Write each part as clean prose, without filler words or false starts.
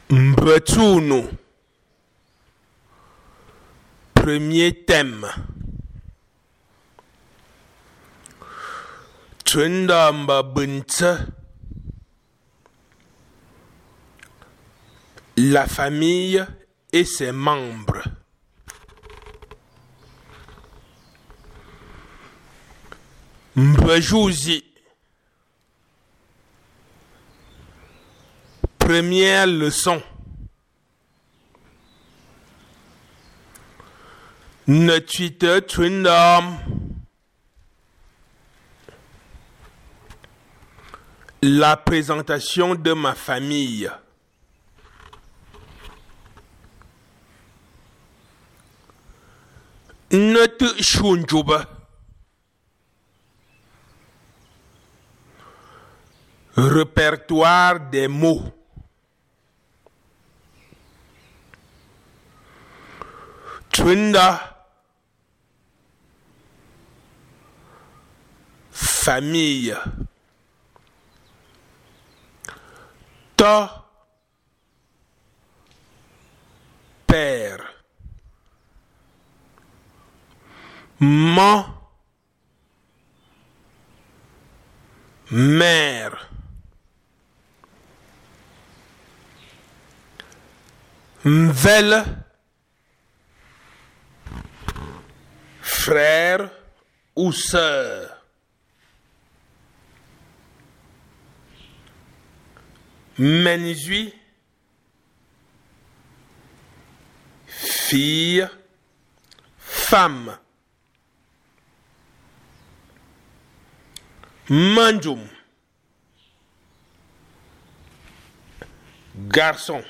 Mbetsuno. Premier thème. Tundamba Bunte. La famille et ses membres. Mbejouzi. Première leçon. Ne tuite Tundam. La présentation de ma famille. Ne te chunjuba. Répertoire des mots. Tunda. Famille. Ta. Père. Ma. Mère. Mvel. Frère ou sœur. Menzui. Fille. Femme. Manjum. Garçon.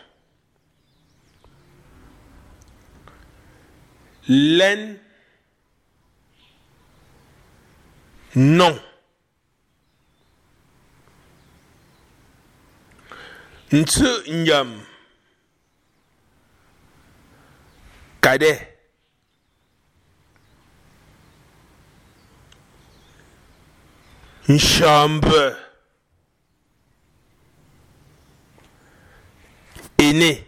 Laine. Non. Ntse nyam. Cadet. Chambre. Aîné.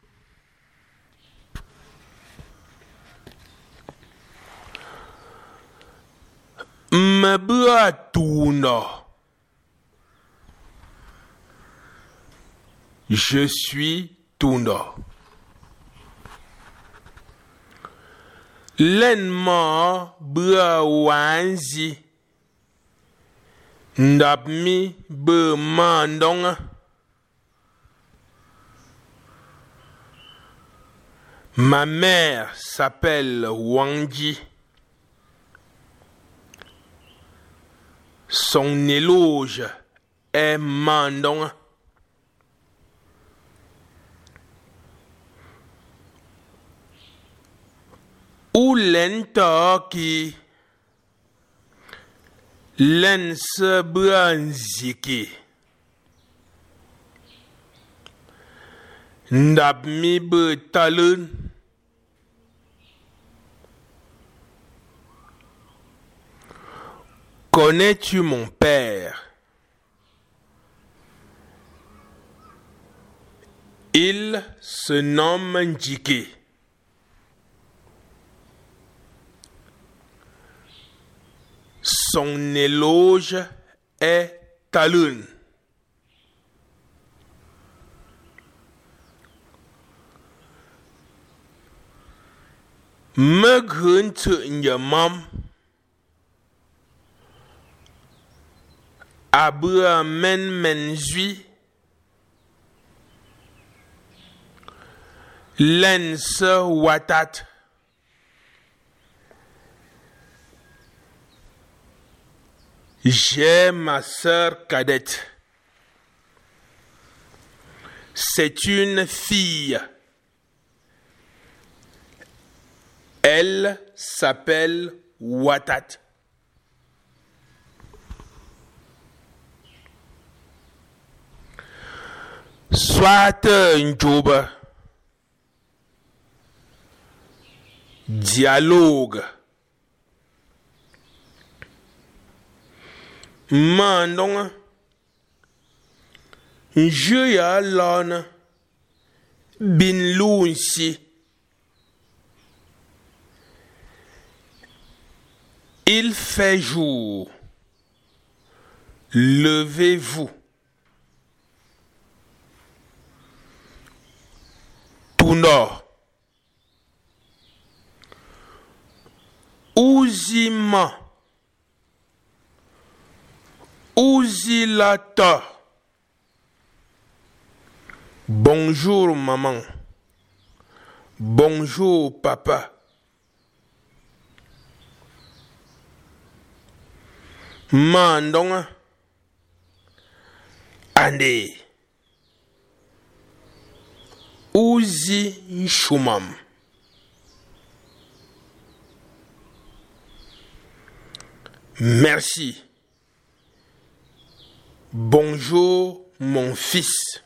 Mabratuna. Je suis Tuna. Lenma brawanzi. Ndapmi be mandonga. Ma mère s'appelle Wangji. Son éloge est mandonga. Ou lenta qui lens branziki. Ndapmi be talun. Connais-tu mon père? Il se nomme Njike. Son éloge est Talun. Me grunt nyamam. Abra men menzui. Lens watat. J'ai ma sœur cadette. C'est une fille. Elle s'appelle Watat. Soit un job. Dialogue. Mandonga. Je ya lana. Bin lunsi. Il fait jour. Levez-vous. Tuno. Uzima. Uzilata. Bonjour maman. Bonjour papa. Mandonga. Ande. Uzi shumam. Merci. Bonjour mon fils.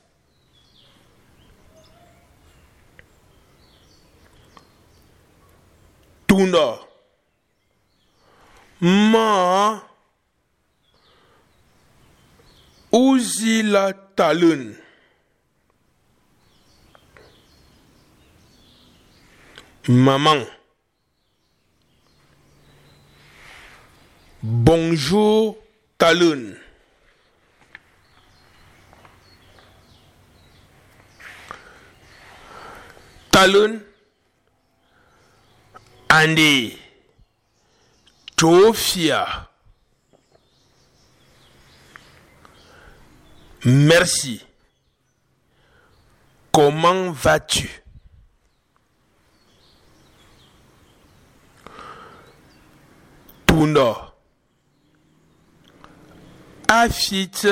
Tuna. Ma. Uzi la talun. Maman. Bonjour talun. Talun. Andi. Tofia. Merci. Comment vas-tu? Tuna. Afit.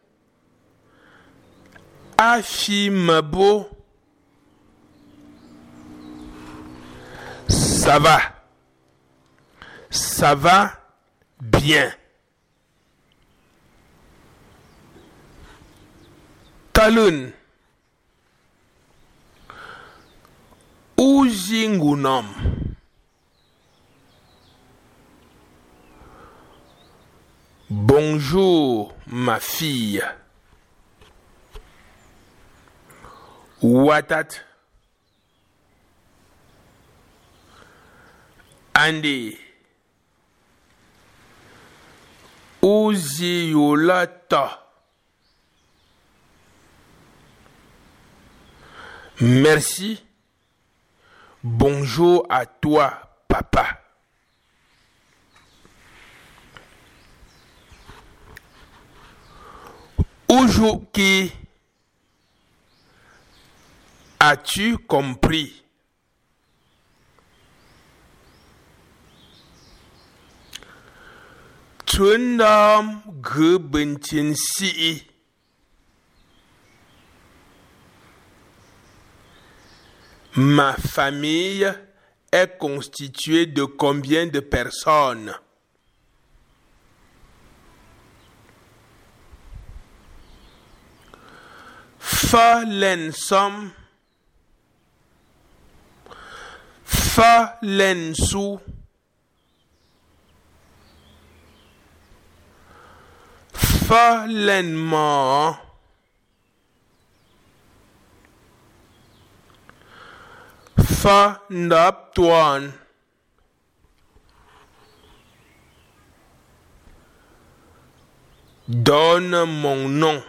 Afimabo. Ça va. Ça va bien. Talun. Uzingunam. Bonjour ma fille. Watat. Andi. Uziolata. Merci. Bonjour à toi, papa. Aujourd'hui, as-tu compris? Tundam gebentin si. Ma famille est constituée de combien de personnes? Fa len som. Fa len su. Fa len ma. Fa ndap tuan. Donne mon nom.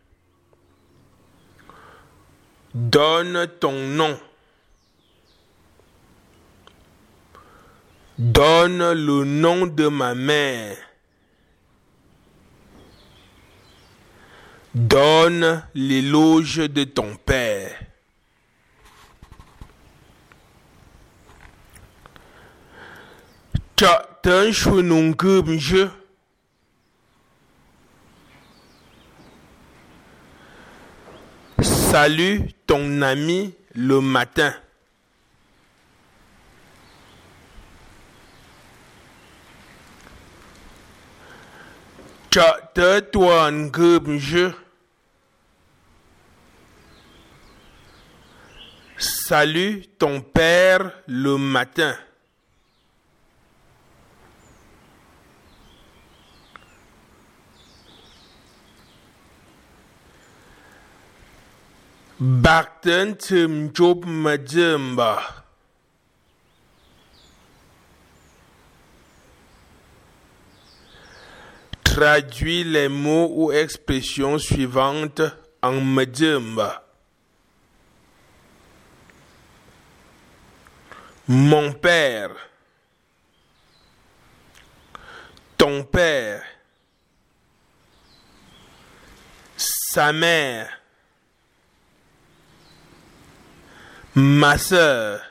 Donne ton nom. Donne le nom de ma mère. Donne l'éloge de ton père. Salut ton ami le matin. Salut ton père le matin. Bakten Timjob Majumba. Traduis les mots ou expressions suivantes en Majumba. Mon père, ton père, sa mère, ma sœur,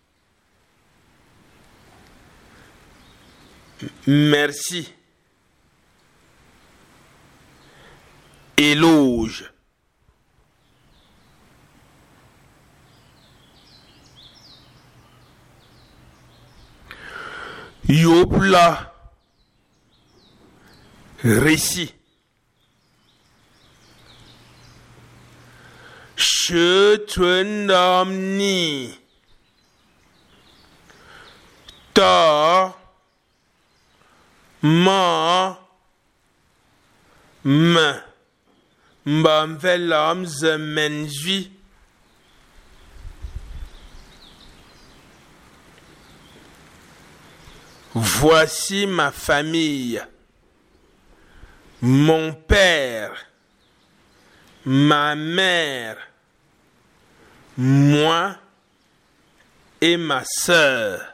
merci, éloge. Yopla, récit. Shutundamni, ta, ma, me, mbamvelam zemenvi. Voici ma famille, mon père, ma mère, moi et ma sœur.